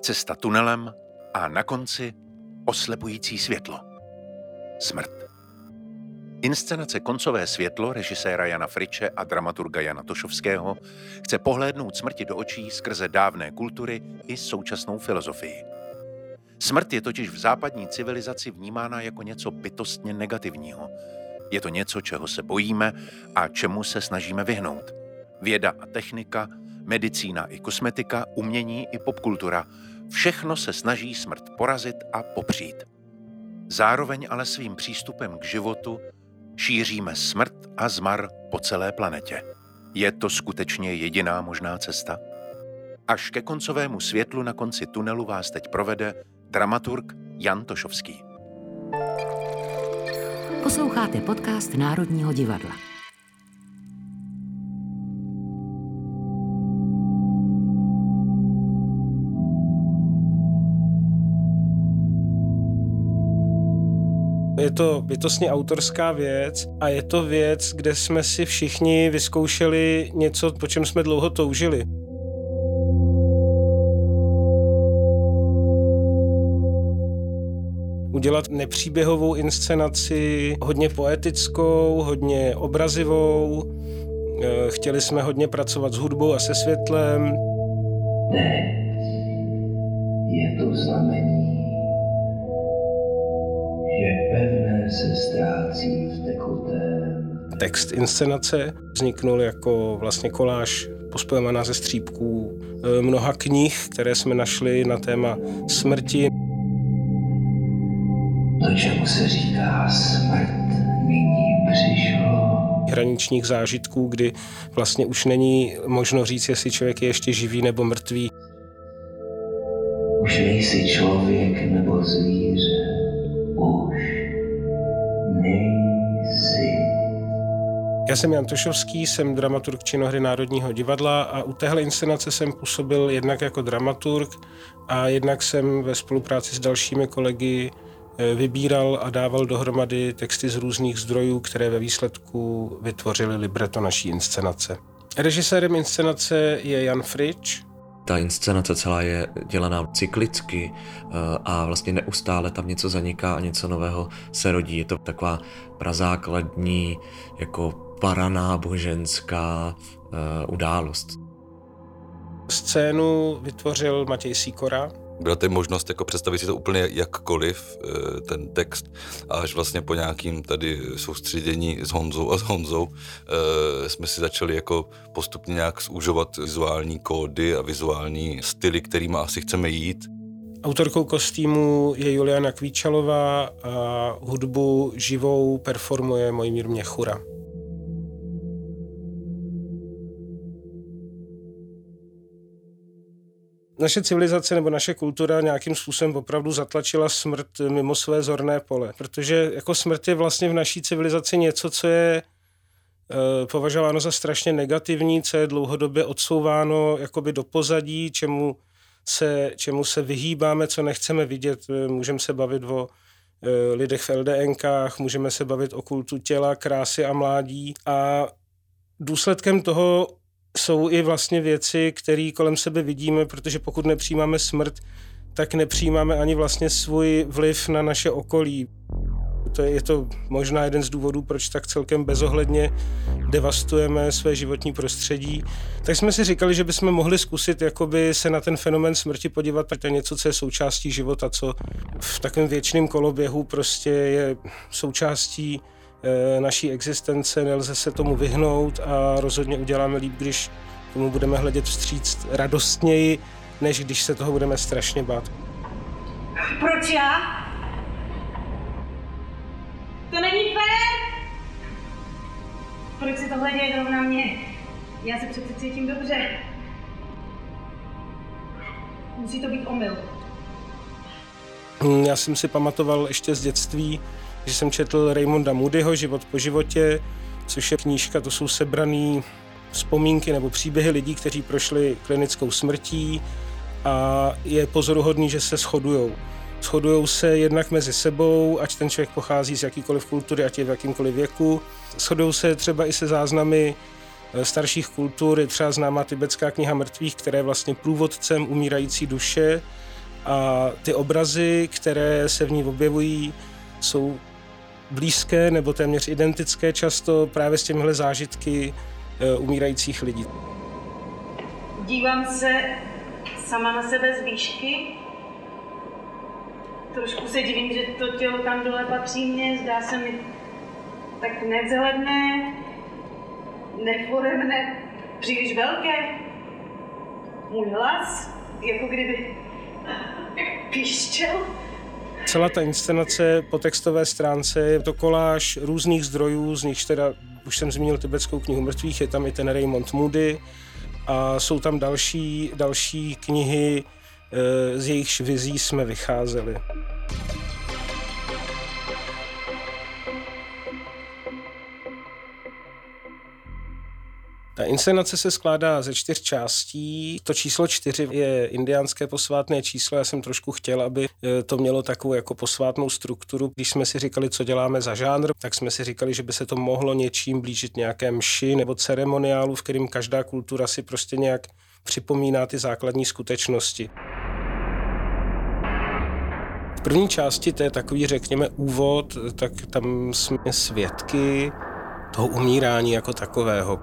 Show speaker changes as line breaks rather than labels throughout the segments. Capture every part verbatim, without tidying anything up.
cesta tunelem a na konci oslepující světlo. Smrt. Inscenace Koncové světlo režiséra Jana Friče a dramaturga Jana Tošovského chce pohlédnout smrti do očí skrze dávné kultury i současnou filozofii. Smrt je totiž v západní civilizaci vnímána jako něco bytostně negativního. Je to něco, čeho se bojíme a čemu se snažíme vyhnout. Věda a technika, medicína i kosmetika, umění i popkultura, všechno se snaží smrt porazit a popřít. Zároveň ale svým přístupem k životu šíříme smrt a zmar po celé planetě. Je to skutečně jediná možná cesta? Až ke koncovému světlu na konci tunelu vás teď provede dramaturg Jan Tošovský.
Posloucháte podcast Národního divadla.
Je to bytostně autorská věc a je to věc, kde jsme si všichni vyzkoušeli něco, po čem jsme dlouho toužili. Udělat nepříběhovou inscenaci, hodně poetickou, hodně obrazivou. Chtěli jsme hodně pracovat s hudbou a se světlem.
Teď je to znamení, že pevné se ztrácí v tekutém.
Text inscenace vzniknul jako vlastně koláž pospojovaná ze střípků mnoha knih, které jsme našli na téma smrti.
To, čemu se říká smrt, nyní přišlo.
Hraničních zážitků, kdy vlastně už není možno říct, jestli člověk je ještě živý nebo mrtvý.
Už nejsi člověk nebo zvíře. Už nejsi.
Já jsem Jan Tošovský, jsem dramaturg činohry Národního divadla a u téhle inscenace jsem působil jednak jako dramaturg a jednak jsem ve spolupráci s dalšími kolegy vybíral a dával dohromady texty z různých zdrojů, které ve výsledku vytvořily libreto naší inscenace. Režisérem inscenace je Jan Frič.
Ta inscenace celá je dělaná cyklicky a vlastně neustále tam něco zaniká a něco nového se rodí. Je to taková prazákladní, jako paranáboženská událost.
Scénu vytvořil Matěj Sýkora.
Byla tady možnost jako představit si to úplně jakkoliv, ten text, a až vlastně po nějakým tady soustředění s Honzou a s Honzou jsme si začali jako postupně nějak zúžovat vizuální kódy a vizuální styly, kterými asi chceme jít.
Autorkou kostýmu je Juliana Kvíčalová a hudbu živou performuje Mojmír Měchura. Naše civilizace nebo naše kultura nějakým způsobem opravdu zatlačila smrt mimo své zorné pole, protože jako smrt je vlastně v naší civilizaci něco, co je e, považováno za strašně negativní, co je dlouhodobě odsouváno jakoby do pozadí, čemu se, čemu se vyhýbáme, co nechceme vidět. Můžeme se bavit o e, lidech v el dé enkách, můžeme se bavit o kultu těla, krásy a mládí a důsledkem toho jsou i vlastně věci, které kolem sebe vidíme, protože pokud nepřijímáme smrt, tak nepřijímáme ani vlastně svůj vliv na naše okolí. To je, je to možná jeden z důvodů, proč tak celkem bezohledně devastujeme své životní prostředí. Tak jsme si říkali, že bychom mohli zkusit jakoby se na ten fenomén smrti podívat, tak to je něco, co je součástí života, co v takovém věčném koloběhu prostě je součástí naší existence, nelze se tomu vyhnout a rozhodně uděláme líp, když tomu budeme hledět vstříc radostněji, než když se toho budeme strašně bát.
Proč já? To není fér! Proč se tohle děje zrovna mě? Já se přece cítím dobře. Musí to být omyl.
Já jsem si pamatoval ještě z dětství, že jsem četl Raymonda Moodyho Život po životě, což je knížka, to jsou sebrané vzpomínky nebo příběhy lidí, kteří prošli klinickou smrtí a je pozoruhodný, že se shodujou. Shodujou se jednak mezi sebou, ať ten člověk pochází z jakýkoliv kultury, ať je v jakýmkoliv věku. Shodujou se třeba i se záznamy starších kultur, je třeba známá tibetská kniha mrtvých, která je vlastně průvodcem umírající duše a ty obrazy, které se v ní objevují, jsou blízké nebo téměř identické často právě s těmihle zážitky uh, umírajících lidí.
Dívám se sama na sebe z výšky. Trošku se divím, že to tělo tam dole patří mně. Zdá se mi tak nevzhledné, neforemné, příliš velké. Můj hlas, jako kdyby píšťel.
Celá ta inscenace po textové stránce je to koláž různých zdrojů, z nichž teda, už jsem zmínil tibetskou knihu mrtvých, je tam i ten Raymond Moody a jsou tam další, další knihy, z jejichž vizí jsme vycházeli. Ta inscenace se skládá ze čtyř částí. To číslo čtyři je indiánské posvátné číslo. Já jsem trošku chtěl, aby to mělo takovou jako posvátnou strukturu. Když jsme si říkali, co děláme za žánr, tak jsme si říkali, že by se to mohlo něčím blížit nějaké mši nebo ceremoniálu, v kterým každá kultura si prostě nějak připomíná ty základní skutečnosti. V první části, to je takový, řekněme, úvod, tak tam jsme svědky toho umírání jako takového.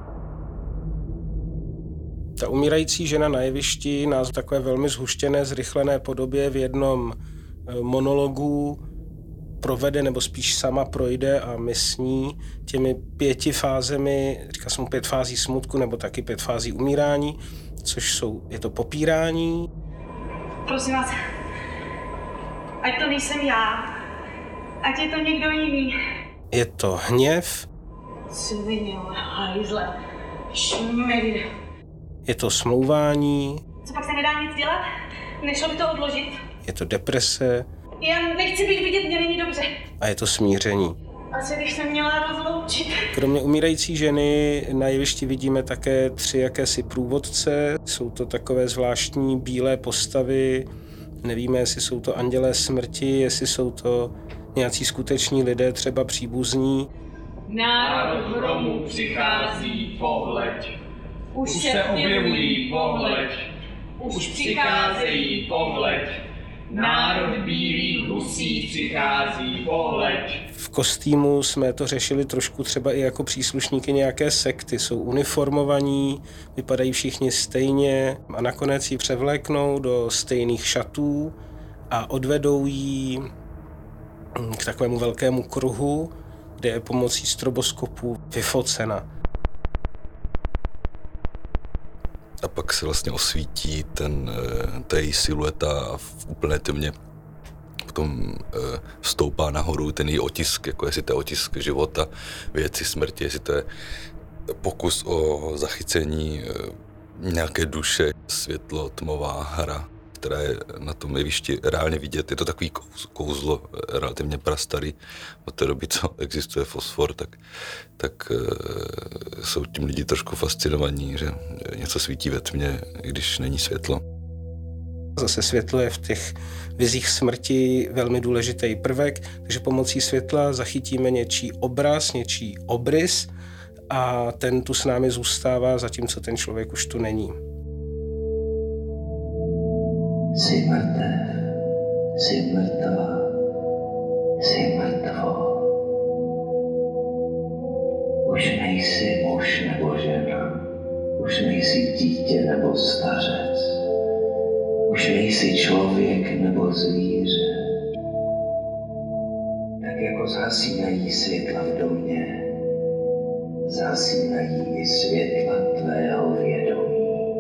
Ta umírající žena na jevišti nás v takové velmi zhuštěné, zrychlené podobě v jednom monologu provede, nebo spíš sama projde a my s ní těmi pěti fázemi, říká jsem mu pět fází smutku, nebo taky pět fází umírání, což jsou, je to popírání.
Prosím vás, ať to nejsem já, ať je to někdo jiný.
Je to hněv.
Svině, hajzle, šmedy.
Je to smlouvání.
Co pak se nedá nic dělat? Nešlo by to odložit?
Je to deprese.
Já nechci být vidět, mě není dobře.
A je to smíření.
Asi bych se měla rozloučit.
Kromě umírající ženy na jevišti vidíme také tři jakési průvodce. Jsou to takové zvláštní bílé postavy. Nevíme, jestli jsou to andělé smrti, jestli jsou to nějací skuteční lidé, třeba příbuzní.
Národ hromu přichází, pohleď. Už se objevují, pohleď. Už přicházejí, pohleď. Národ bílých husí přichází, pohleď.
V kostýmu jsme to řešili trošku třeba i jako příslušníky nějaké sekty. Jsou uniformovaní, vypadají všichni stejně a nakonec ji převléknou do stejných šatů a odvedou ji k takovému velkému kruhu, kde je pomocí stroboskopu vyfocena.
A pak se vlastně osvítí ten, ta její silueta a v úplné tmě potom vstoupá nahoru ten její otisk, jako jestli to je otisk života, věci smrti, jestli to je pokus o zachycení nějaké duše, světlo, tmová hra, která je na tom jevišti reálně vidět. Je to takový kouzlo relativně prastarý. Od té doby, co existuje fosfor, tak, tak jsou tím lidi trošku fascinovaní, že něco svítí ve tmě, i když není světlo.
Zase světlo je v těch vizích smrti velmi důležitý prvek, takže pomocí světla zachytíme něčí obraz, něčí obrys a ten tu s námi zůstává, zatímco ten člověk už tu není.
Jsi mrtev, jsi mrtvá, jsi mrtvo. Už nejsi muž nebo žena, už nejsi dítě nebo stařec, už nejsi člověk nebo zvíře. Tak jako zhasínají světla v domě, zhasínají i světla tvého vědomí.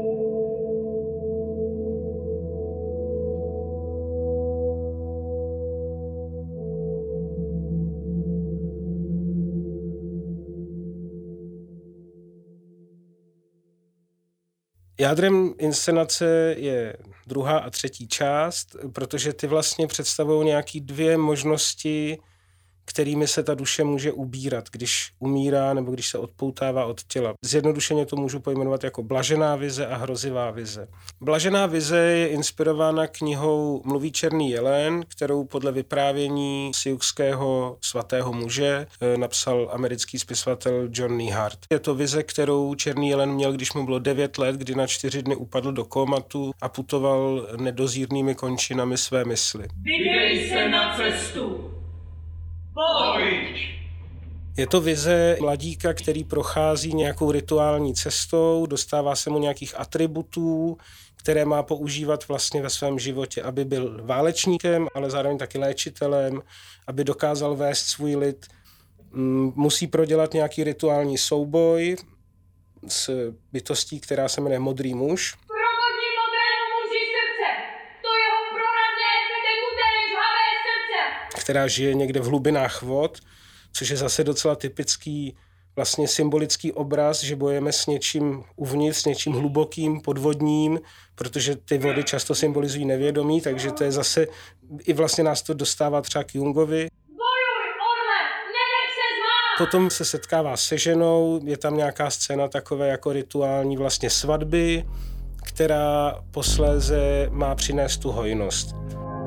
Jádrem inscenace je druhá a třetí část, protože ty vlastně představují nějaké dvě možnosti, kterými se ta duše může ubírat, když umírá nebo když se odpoutává od těla. Zjednodušeně to můžu pojmenovat jako blažená vize a hrozivá vize. Blažená vize je inspirována knihou Mluví černý jelen, kterou podle vyprávění siouxského svatého muže napsal americký spisovatel John Neihardt. Je to vize, kterou černý jelen měl, když mu bylo devět let, kdy na čtyři dny upadl do kómatu a putoval nedozírnými končinami své mysli.
Vydej se na cestu! Pojď!
Je to vize mladíka, který prochází nějakou rituální cestou, dostává se mu nějakých atributů, které má používat vlastně ve svém životě, aby byl válečníkem, ale zároveň taky léčitelem, aby dokázal vést svůj lid. Musí prodělat nějaký rituální souboj s bytostí, která se jmenuje Modrý muž.
Provodí modrému muži srdce, to jeho proradné, tekuté, žhavé srdce.
Která žije někde v hlubinách vod, což je zase docela typický vlastně symbolický obraz, že bojujeme s něčím uvnitř, s něčím hlubokým, podvodním, protože ty vody často symbolizují nevědomí, takže to je zase, i vlastně nás to dostává třeba k Jungovi.
Bojuj, orle, nenech se zvát!
Potom se setkává se ženou, je tam nějaká scéna takové jako rituální vlastně svatby, která posléze má přinést tu hojnost.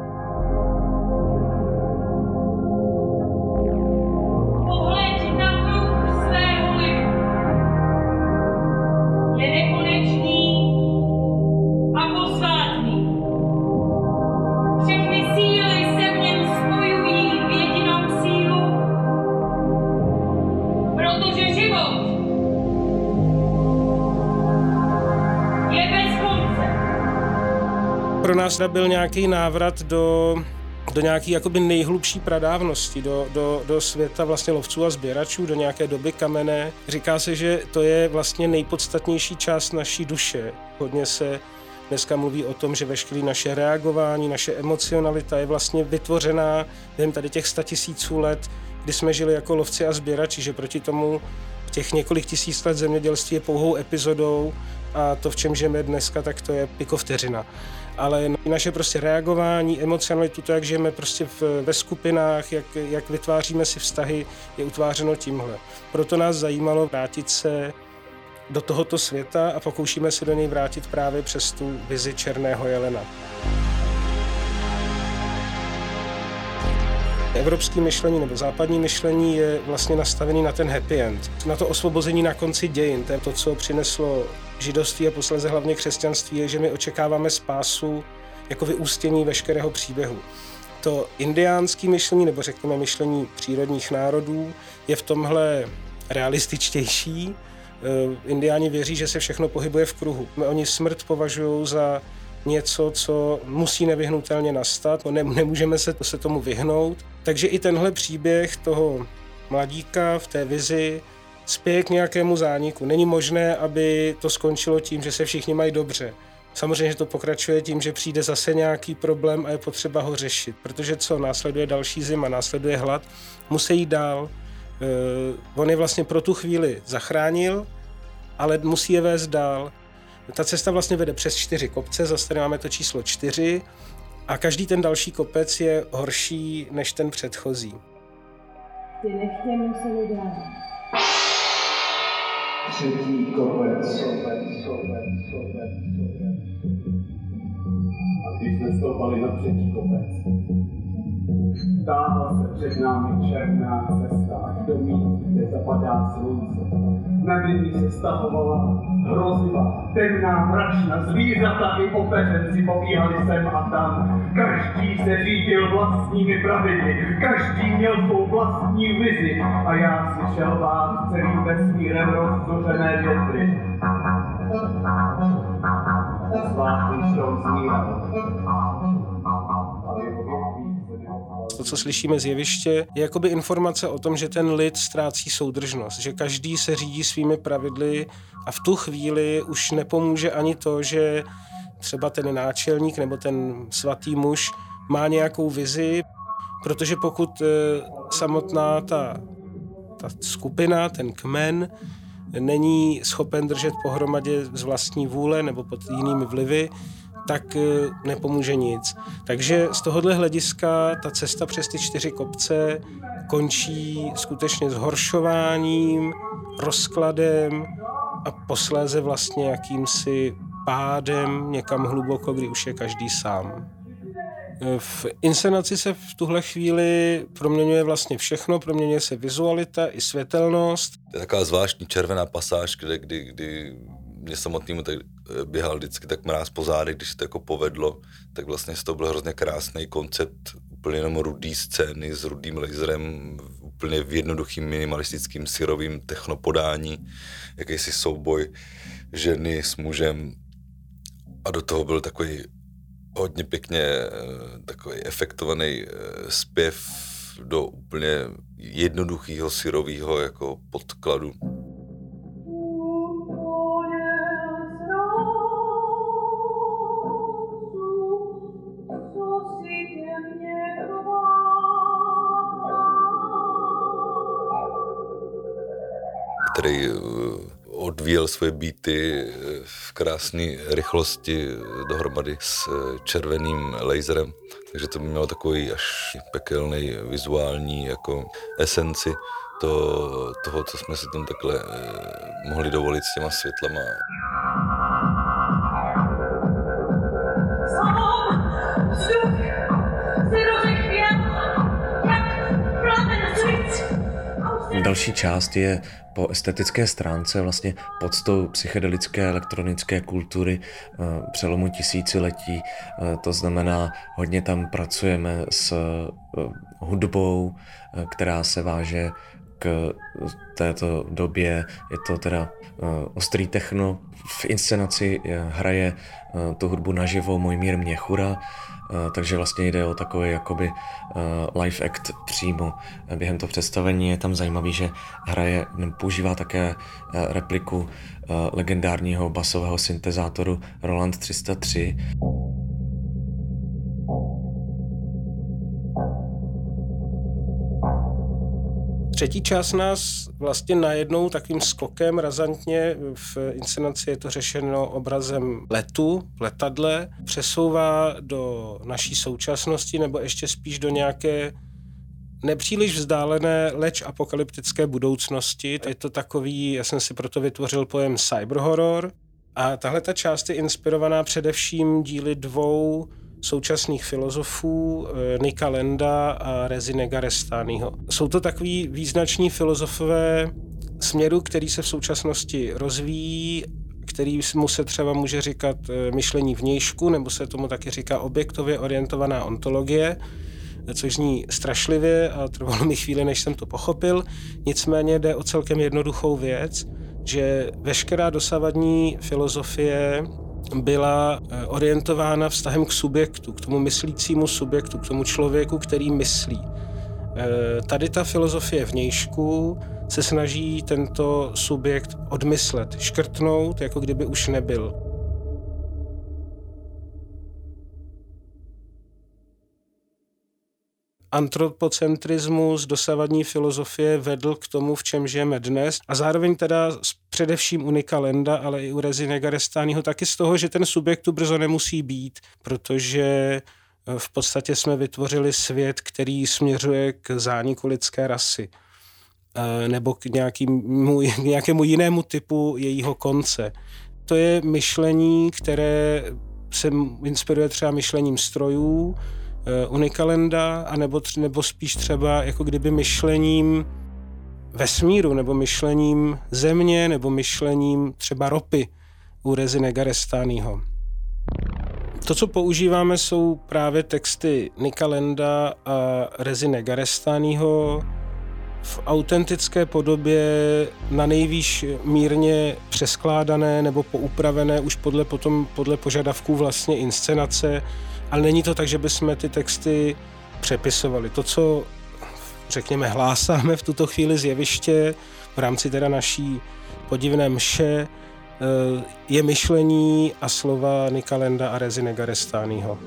Pro nás byl nějaký návrat do, do nějaké jakoby nejhlubší pradávnosti, do, do, do světa vlastně lovců a sběračů, do nějaké doby kamenné. Říká se, že to je vlastně nejpodstatnější část naší duše. Hodně se dneska mluví o tom, že veškeré naše reagování, naše emocionalita je vlastně vytvořená během tady těch statisíců let, kdy jsme žili jako lovci a sběrači, že proti tomu těch několik tisíc let zemědělství je pouhou epizodou a to, v čem žijeme dneska, tak to je pikovteřina. Ale naše prostě reagování, emocionalitu, to, jak žijeme prostě v, ve skupinách, jak, jak vytváříme si vztahy, je utvářeno tímhle. Proto nás zajímalo vrátit se do tohoto světa a pokoušíme se do něj vrátit právě přes tu vizi černého jelena. Evropské myšlení nebo západní myšlení je vlastně nastavený na ten happy end, na to osvobození na konci dějin. To je to, co přineslo židovství a posléze hlavně křesťanství, je, že my očekáváme spásu jako vyústění veškerého příběhu. To indiánské myšlení, nebo řekněme myšlení přírodních národů, je v tomhle realističtější. Indiáni věří, že se všechno pohybuje v kruhu. Oni smrt považují za něco, co musí nevyhnutelně nastat, no ne, nemůžeme se, se tomu vyhnout. Takže i tenhle příběh toho mladíka v té vizi spěje k nějakému zániku. Není možné, aby to skončilo tím, že se všichni mají dobře. Samozřejmě, že to pokračuje tím, že přijde zase nějaký problém a je potřeba ho řešit. Protože co? Následuje další zima, následuje hlad, musí jít dál. E, on je vlastně pro tu chvíli zachránil, ale musí je vést dál. Ta cesta vlastně vede přes čtyři kopce, zase tady máme to číslo čtyři a každý ten další kopec je horší než ten předchozí.
Ty nechtě museli dát.
Třetí kopec.
A když jsme stoupali na třetí kopec, táhla se před námi černá cesta až do míst, kde zapadá slunce. Nad ní se stahovala hrozivá, temná, mračna, zvířata i opeřenci pobíhali sem a tam. Každý se řídil vlastními pravidly, každý měl svou vlastní vizi a já si šel vás celým vesmírem rozzuřené větry. Zvláštní strom zmíral.
To, co slyšíme z jeviště, je jakoby informace o tom, že ten lid ztrácí soudržnost, že každý se řídí svými pravidly a v tu chvíli už nepomůže ani to, že třeba ten náčelník nebo ten svatý muž má nějakou vizi, protože pokud samotná ta, ta skupina, ten kmen, není schopen držet pohromadě z vlastní vůle nebo pod jinými vlivy, tak nepomůže nic. Takže z tohohle hlediska ta cesta přes ty čtyři kopce končí skutečně zhoršováním, rozkladem a posléze vlastně jakýmsi pádem někam hluboko, kdy už je každý sám. V inscenaci se v tuhle chvíli proměňuje vlastně všechno, proměňuje se vizualita i světelnost.
To je taková zvláštní červená pasáž, kde, kdy, kdy mě samotnému tak běhal vždycky tak mráz po zádech, když se to jako povedlo, tak vlastně to byl hrozně krásný koncept, úplně jenom rudý scény s rudým laserem, úplně v jednoduchým minimalistickým syrovým technopodání, jakýsi souboj ženy s mužem a do toho byl takový hodně pěkně takový efektovaný zpěv do úplně jednoduchého syrového jako podkladu. Který odvíjel svoje beaty v krásné rychlosti dohromady s červeným laserem. Takže to by mělo takový až pekelný vizuální jako esenci to, toho, co jsme si tam takhle mohli dovolit s těma světlama.
Další část je po estetické stránce vlastně podstou psychedelické elektronické kultury přelomu tisíciletí. To znamená, hodně tam pracujeme s hudbou, která se váže k této době. Je to teda ostrý techno. V inscenaci hraje tu hudbu naživo Mojmír Měchura, takže vlastně jde o takový jakoby live act přímo během toho představení. Je tam zajímavý, že hraje, používá také repliku legendárního basového syntezátoru Roland tři sta tři.
Třetí část nás vlastně najednou takovým skokem razantně, v inscenaci je to řešeno obrazem letu, letadle, přesouvá do naší současnosti nebo ještě spíš do nějaké nepříliš vzdálené, leč apokalyptické budoucnosti. Je to takový, já jsem si proto vytvořil pojem cyberhorror a tahle ta část je inspirovaná především díly dvou současných filozofů, Nika Landa a Rezi Negarestányho. Jsou to takový význační filozofové směru, který se v současnosti rozvíjí, který mu se třeba může říkat myšlení vnějšku, nebo se tomu taky říká objektově orientovaná ontologie, což zní strašlivě a trvalo mi chvíli, než jsem to pochopil. Nicméně jde o celkem jednoduchou věc, že veškerá dosavadní filozofie byla orientována vztahem k subjektu, k tomu myslícímu subjektu, k tomu člověku, který myslí. Tady ta filozofie vnějšku se snaží tento subjekt odmyslet, škrtnout, jako kdyby už nebyl. Antropocentrismus dosavadní filozofie vedl k tomu, v čem žijeme dnes a zároveň teda především u Nika Landa, ale i u Rezi Negarestányho taky z toho, že ten subjekt tu brzo nemusí být, protože v podstatě jsme vytvořili svět, který směřuje k zániku lidské rasy nebo k nějakému, k nějakému jinému typu jejího konce. To je myšlení, které se inspiruje třeba myšlením strojů, u Nika Landa, anebo, nebo spíš třeba jako kdyby myšlením vesmíru, nebo myšlením země, nebo myšlením třeba ropy u Rezi Negarestányho. To, co používáme, jsou právě texty Nika Landa a Rezi Negarestányho v autentické podobě, na nejvýš mírně přeskládané nebo poupravené už podle, potom, podle požadavků vlastně inscenace, ale není to tak, že bychom ty texty přepisovali. To, co řekněme hlásáme v tuto chvíli z jeviště v rámci teda naší podivné mše, je myšlení a slova Nika Landa a Rezi Negarestányho.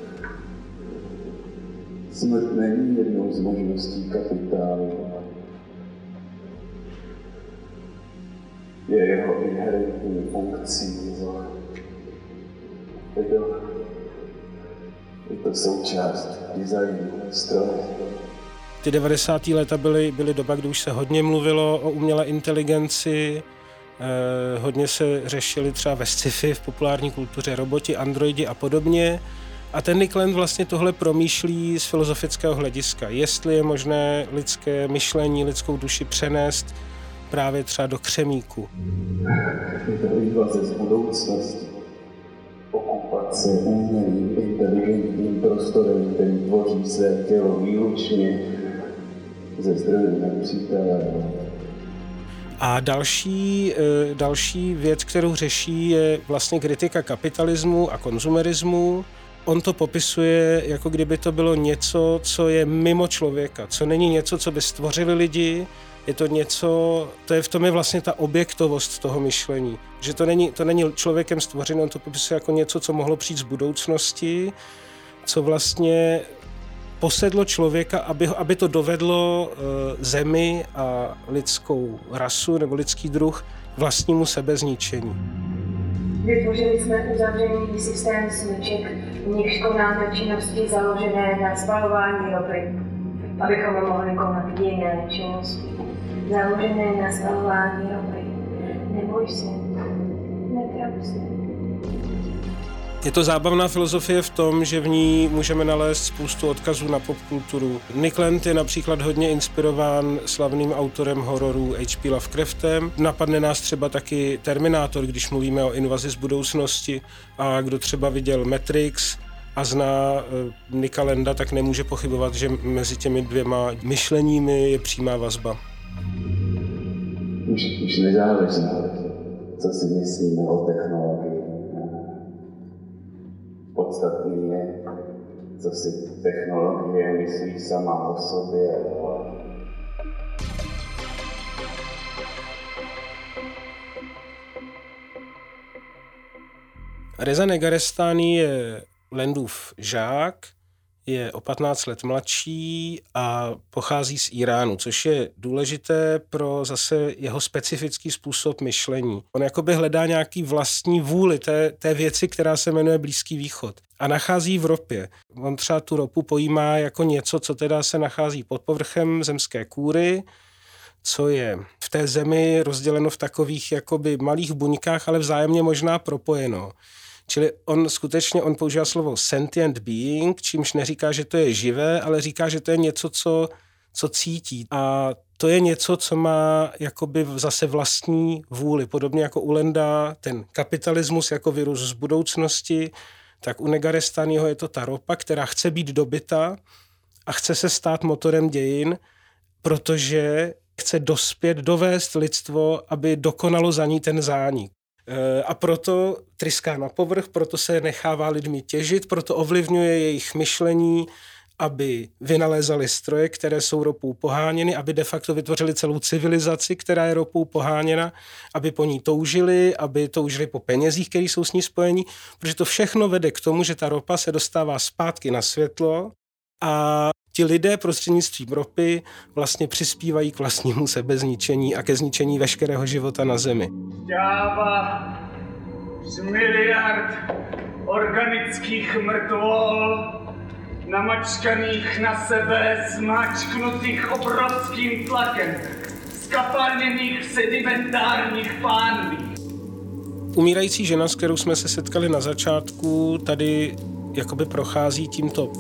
Smrt není jednou z možností kapitálu. Je jeho inherentní funkcí. Je to, je to součást designu stroje.
Ty devadesátá léta byly, byly doba, kdy už se hodně mluvilo o umělé inteligenci, eh, hodně se řešili třeba ve sci-fi, v populární kultuře roboti, androidi a podobně. A ten Nick Land vlastně tohle promýšlí z filozofického hlediska. Jestli je možné lidské myšlení, lidskou duši přenést právě třeba do křemíku.
Je to invaze z budoucnosti. Okupace umělým, inteligentním prostorem, který tvoří své tělo výlučně ze zdrojů nepřítele.
A další, další věc, kterou řeší, je vlastně kritika kapitalismu a konzumerismu. On to popisuje, jako kdyby to bylo něco, co je mimo člověka, co není něco, co by stvořili lidi, je to něco, to je v tom je vlastně ta objektovost toho myšlení, že to není, to není člověkem stvořené, on to popisuje jako něco, co mohlo přijít z budoucnosti, co vlastně posedlo člověka, aby, aby to dovedlo uh, zemi a lidskou rasu nebo lidský druh k vlastnímu sebezničení.
Vytvořili jsme uzavřený systém smyček, v nichž konáme činnosti založené na spalování ropy, abychom mohli konat jiné činnosti, založené na spalování ropy. Neboj se, netrap se.
Je to zábavná filozofie v tom, že v ní můžeme nalézt spoustu odkazů na popkulturu. Nick Land je například hodně inspirován slavným autorem hororů H P Lovecraftem. Napadne nás třeba taky Terminátor, když mluvíme o invazi z budoucnosti. A kdo třeba viděl Matrix a zná uh, Nicka Landa, tak nemůže pochybovat, že mezi těmi dvěma myšleními je přímá vazba.
Už, už nezáleží, co si myslíme o technologii. Podstatný je, co si technologie myslí sama o sobě.
Reza Negarestani je Landův žák, je o patnáct let mladší a pochází z Iránu, což je důležité pro zase jeho specifický způsob myšlení. On jakoby hledá nějaký vlastní vůli té, té věci, která se jmenuje Blízký východ a nachází v ropě. On třeba tu ropu pojímá jako něco, co teda se nachází pod povrchem zemské kůry, co je v té zemi rozděleno v takových jakoby malých buňkách, ale vzájemně možná propojeno. Čili on skutečně, on používá slovo sentient being, čímž neříká, že to je živé, ale říká, že to je něco, co, co cítí. A to je něco, co má jakoby zase vlastní vůli. Podobně jako u Landa ten kapitalismus jako virus z budoucnosti, tak u Negarestaniho je to ta ropa, která chce být dobyta a chce se stát motorem dějin, protože chce dospět, dovést lidstvo, aby dokonalo za ní ten zánik. A proto tryská na povrch, proto se nechává lidmi těžit, proto ovlivňuje jejich myšlení, aby vynalézali stroje, které jsou ropou poháněny, aby de facto vytvořili celou civilizaci, která je ropou poháněna, aby po ní toužili, aby toužili po penězích, které jsou s ní spojení, protože to všechno vede k tomu, že ta ropa se dostává zpátky na světlo a ti lidé prostřednictvím ropy vlastně přispívají k vlastnímu sebezničení a ke zničení veškerého života na zemi.
Šťáva z miliard organických mrtvol, namačkaných na sebe, zmáčknutých obrovským tlakem, skapalněných sedimentárních pánví.
Umírající žena, s kterou jsme se setkali na začátku, tady jakoby prochází tímto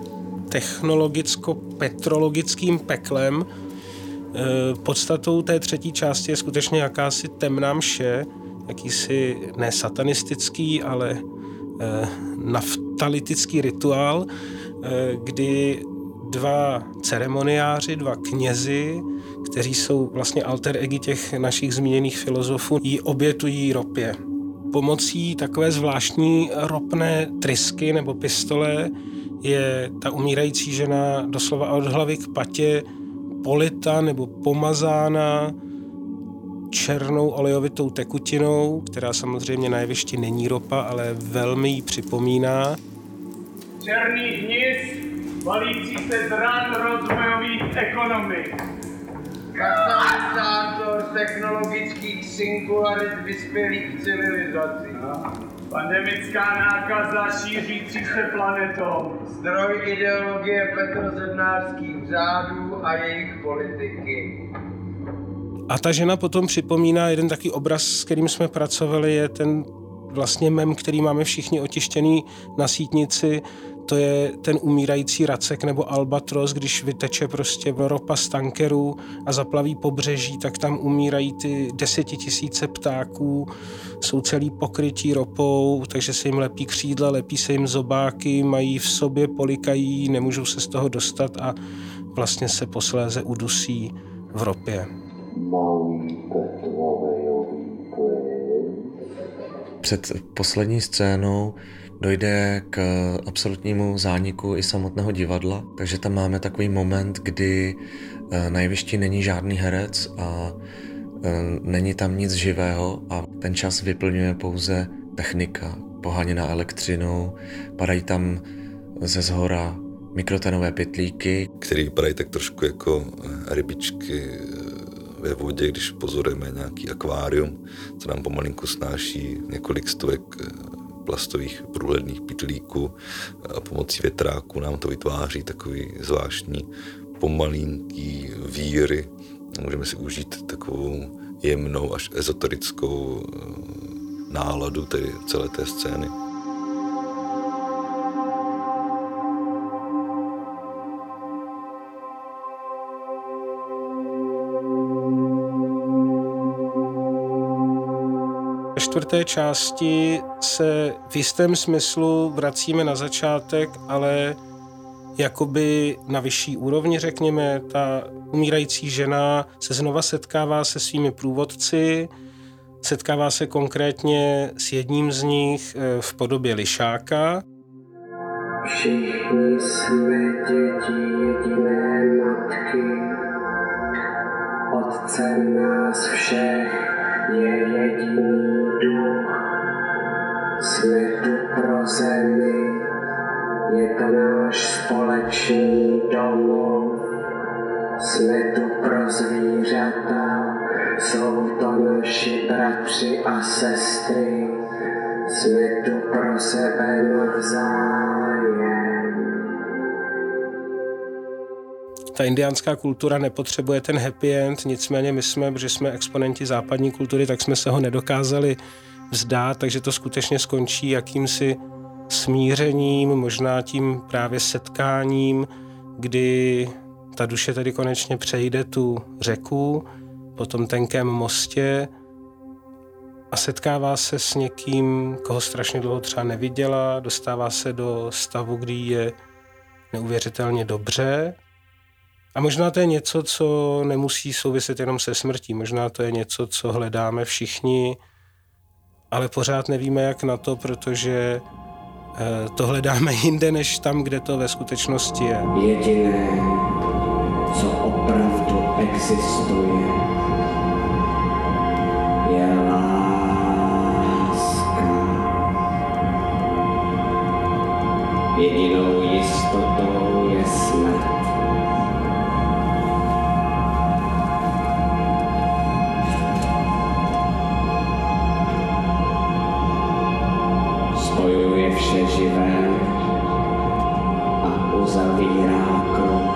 technologicko-petrologickým peklem. Podstatou té třetí části je skutečně jakási temná mše, jakýsi ne satanistický, ale naftalitický rituál, kdy dva ceremoniáři, dva knězi, kteří jsou vlastně alter egi těch našich zmíněných filozofů, ji obětují ropě. Pomocí takové zvláštní ropné trysky nebo pistole je ta umírající žena doslova od hlavy k patě polita nebo pomazána černou olejovitou tekutinou, která samozřejmě na jevišti není ropa, ale velmi ji připomíná.
Černý hnis, valící se z ran rozvojových ekonomik.
Katalyzátor technologických singularit vyspělých civilizací.
Pandemická nákaza šířící se planetou.
Zdroj ideologie petrozednářských řádů a jejich politiky.
A ta žena potom připomíná jeden takový obraz, s kterým jsme pracovali, je ten vlastně mem, který máme všichni otištěný na sítnici. To je ten umírající racek nebo albatros, když vyteče prostě ropa z tankerů a zaplaví pobřeží, tak tam umírají ty desetitisíce ptáků, jsou celý pokrytí ropou, takže se jim lepí křídla, lepí se jim zobáky, mají v sobě, polikají, nemůžou se z toho dostat a vlastně se posléze udusí v ropě.
Před poslední scénou dojde k absolutnímu zániku i samotného divadla, takže tam máme takový moment, kdy na jevišti není žádný herec a není tam nic živého a ten čas vyplňuje pouze technika, poháněná elektřinou, padají tam ze zhora mikrotonové pytlíky,
které vypadají tak trošku jako rybičky ve vodě, když pozorujeme nějaký akvárium, co nám pomalinku snáší několik stovek plastových průhledných pytlíků a pomocí větráku nám to vytváří takový zvláštní pomalinký víry. Můžeme si užít takovou jemnou až ezoterickou náladu tedy celé té scény.
V čtvrté části se v jistém smyslu vracíme na začátek, ale jakoby na vyšší úrovni, řekněme. Ta umírající žena se znova setkává se svými průvodci, setkává se konkrétně s jedním z nich v podobě lišáka.
Všichni jsme děti jediné matky, otcem nás všech je jediný duch. Jsme tu pro zemi, je to náš společný domov. Jsme tu pro zvířata, jsou to naši bratři a sestry. Jsme tu pro sebe navzájem.
Ta indiánská kultura nepotřebuje ten happy end, nicméně my jsme, protože jsme exponenti západní kultury, tak jsme se ho nedokázali vzdát, takže to skutečně skončí jakýmsi smířením, možná tím právě setkáním, kdy ta duše tedy konečně přejde tu řeku po tom tenkém mostě a setkává se s někým, koho strašně dlouho třeba neviděla, dostává se do stavu, kdy je neuvěřitelně dobře. A možná to je něco, co nemusí souviset jenom se smrtí, možná to je něco, co hledáme všichni, ale pořád nevíme, jak na to, protože to hledáme jinde, než tam, kde to ve skutečnosti je.
Jediné, co opravdu existuje, je láska. Jedinou jistotou je smrt. Spojuje vše živé a uzavírá kruh.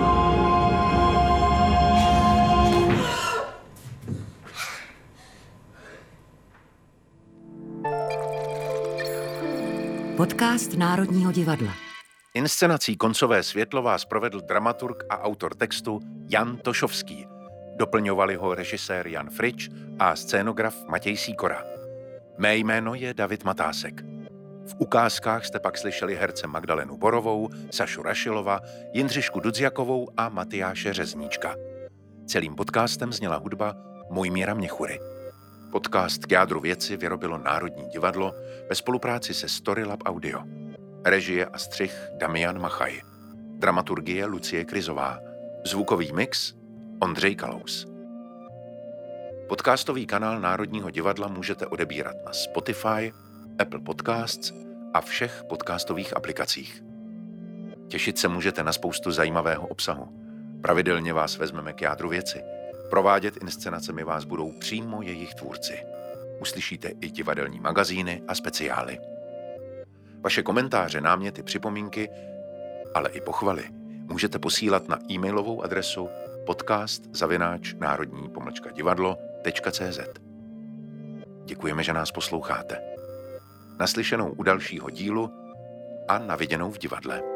Podcast Národního divadla.
Inscenací Koncové světlo vás provedl dramaturg a autor textu Jan Tošovský. Doplňovali ho režisér Jan Frič a scénograf Matěj Sýkora. Mé jméno je David Matásek. V ukázkách jste pak slyšeli herce Magdalenu Borovou, Sašu Rašilova, Jindřišku Dudziakovou a Matyáše Řezníčka. Celým podcastem zněla hudba Mojmíra Měchury. Podcast K jádru věci vyrobilo Národní divadlo ve spolupráci se Storylab Audio. Režie a střih Damian Machaj. Dramaturgie Lucie Kryzová. Zvukový mix Ondřej Kalous. Podcastový kanál Národního divadla můžete odebírat na Spotify, Apple Podcasts a všech podcastových aplikacích. Těšit se můžete na spoustu zajímavého obsahu. Pravidelně vás vezmeme k jádru věci. Provádět inscenacemi vás budou přímo jejich tvůrci. Uslyšíte i divadelní magazíny a speciály. Vaše komentáře, náměty, připomínky, ale i pochvaly můžete posílat na e-mailovou adresu podcast zavináč národní pomlčka divadlo tečka cé zet. Děkujeme, že nás posloucháte. Naslyšenou u dalšího dílu a na viděnou v divadle.